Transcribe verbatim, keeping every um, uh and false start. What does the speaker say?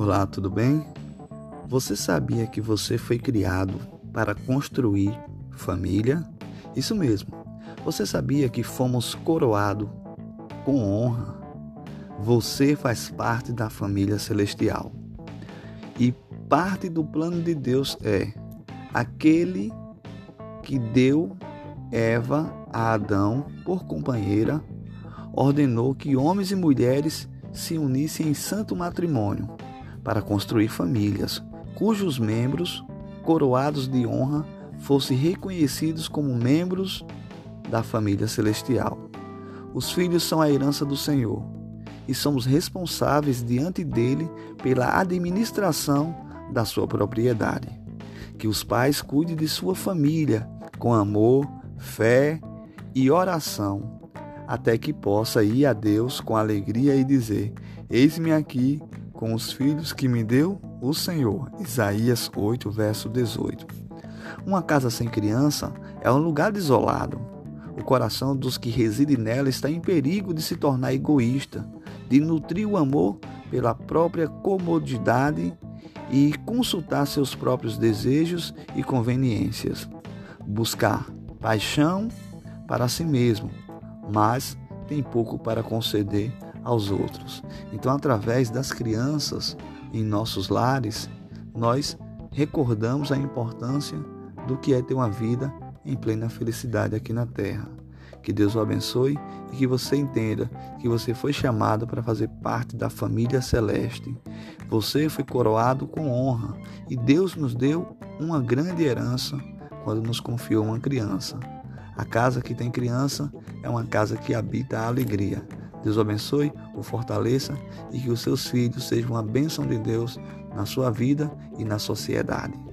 Olá, tudo bem? Você sabia que você foi criado para construir família? Isso mesmo. Você sabia que fomos coroados com honra? Você faz parte da família celestial. E parte do plano de Deus é aquele que deu Eva a Adão por companheira, ordenou que homens e mulheres se unissem em santo matrimônio para construir famílias, cujos membros, coroados de honra, fossem reconhecidos como membros da família celestial. Os filhos são a herança do Senhor e somos responsáveis diante dele pela administração da sua propriedade. Que os pais cuidem de sua família com amor, fé e oração, até que possa ir a Deus com alegria e dizer: eis-me aqui com os filhos que me deu o Senhor. Isaías oito, verso dezoito. Uma casa sem criança é um lugar desolado. O coração dos que residem nela está em perigo de se tornar egoísta, de nutrir o amor pela própria comodidade e consultar seus próprios desejos e conveniências. Buscar paixão para si mesmo, mas tem pouco para conceder aos outros. Então, através das crianças em nossos lares, nós recordamos a importância do que é ter uma vida em plena felicidade aqui na Terra. Que Deus o abençoe e que você entenda que você foi chamado para fazer parte da família celeste. Você foi coroado com honra e Deus nos deu uma grande herança quando nos confiou uma criança. A casa que tem criança é uma casa que habita a alegria. Deus o abençoe, o fortaleça e que os seus filhos sejam uma bênção de Deus na sua vida e na sociedade.